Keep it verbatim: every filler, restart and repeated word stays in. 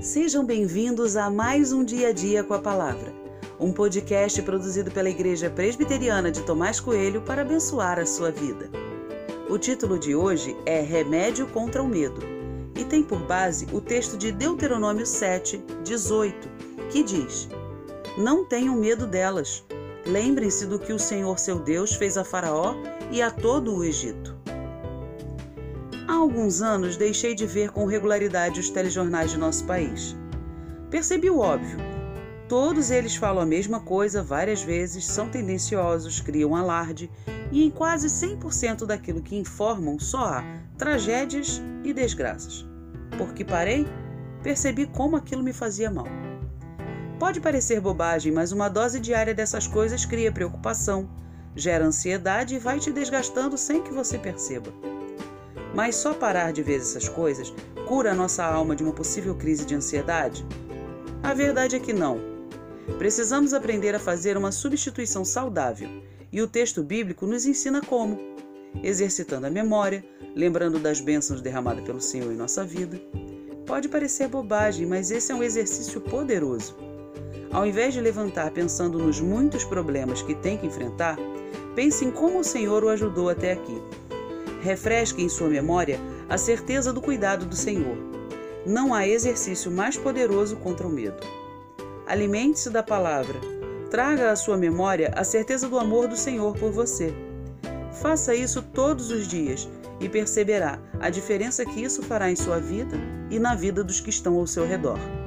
Sejam bem-vindos a mais um Dia a Dia com a Palavra, um podcast produzido pela Igreja Presbiteriana de Tomás Coelho para abençoar a sua vida. O título de hoje é Remédio contra o Medo e tem por base o texto de Deuteronômio sete, dezoito, que diz: Não tenham medo delas. Lembrem-se do que o Senhor seu Deus fez a Faraó e a todo o Egito. Há alguns anos deixei de ver com regularidade os telejornais de nosso país. Percebi o óbvio. Todos eles falam a mesma coisa várias vezes, são tendenciosos, criam alarde e em quase cem por cento daquilo que informam só há tragédias e desgraças. Porque parei, percebi como aquilo me fazia mal. Pode parecer bobagem, mas uma dose diária dessas coisas cria preocupação, gera ansiedade e vai te desgastando sem que você perceba. Mas só parar de ver essas coisas cura a nossa alma de uma possível crise de ansiedade? A verdade é que não. Precisamos aprender a fazer uma substituição saudável, e o texto bíblico nos ensina como. Exercitando a memória, lembrando das bênçãos derramadas pelo Senhor em nossa vida. Pode parecer bobagem, mas esse é um exercício poderoso. Ao invés de levantar pensando nos muitos problemas que tem que enfrentar, pense em como o Senhor o ajudou até aqui. Refresque em sua memória a certeza do cuidado do Senhor. Não há exercício mais poderoso contra o medo. Alimente-se da palavra. Traga à sua memória a certeza do amor do Senhor por você. Faça isso todos os dias e perceberá a diferença que isso fará em sua vida e na vida dos que estão ao seu redor.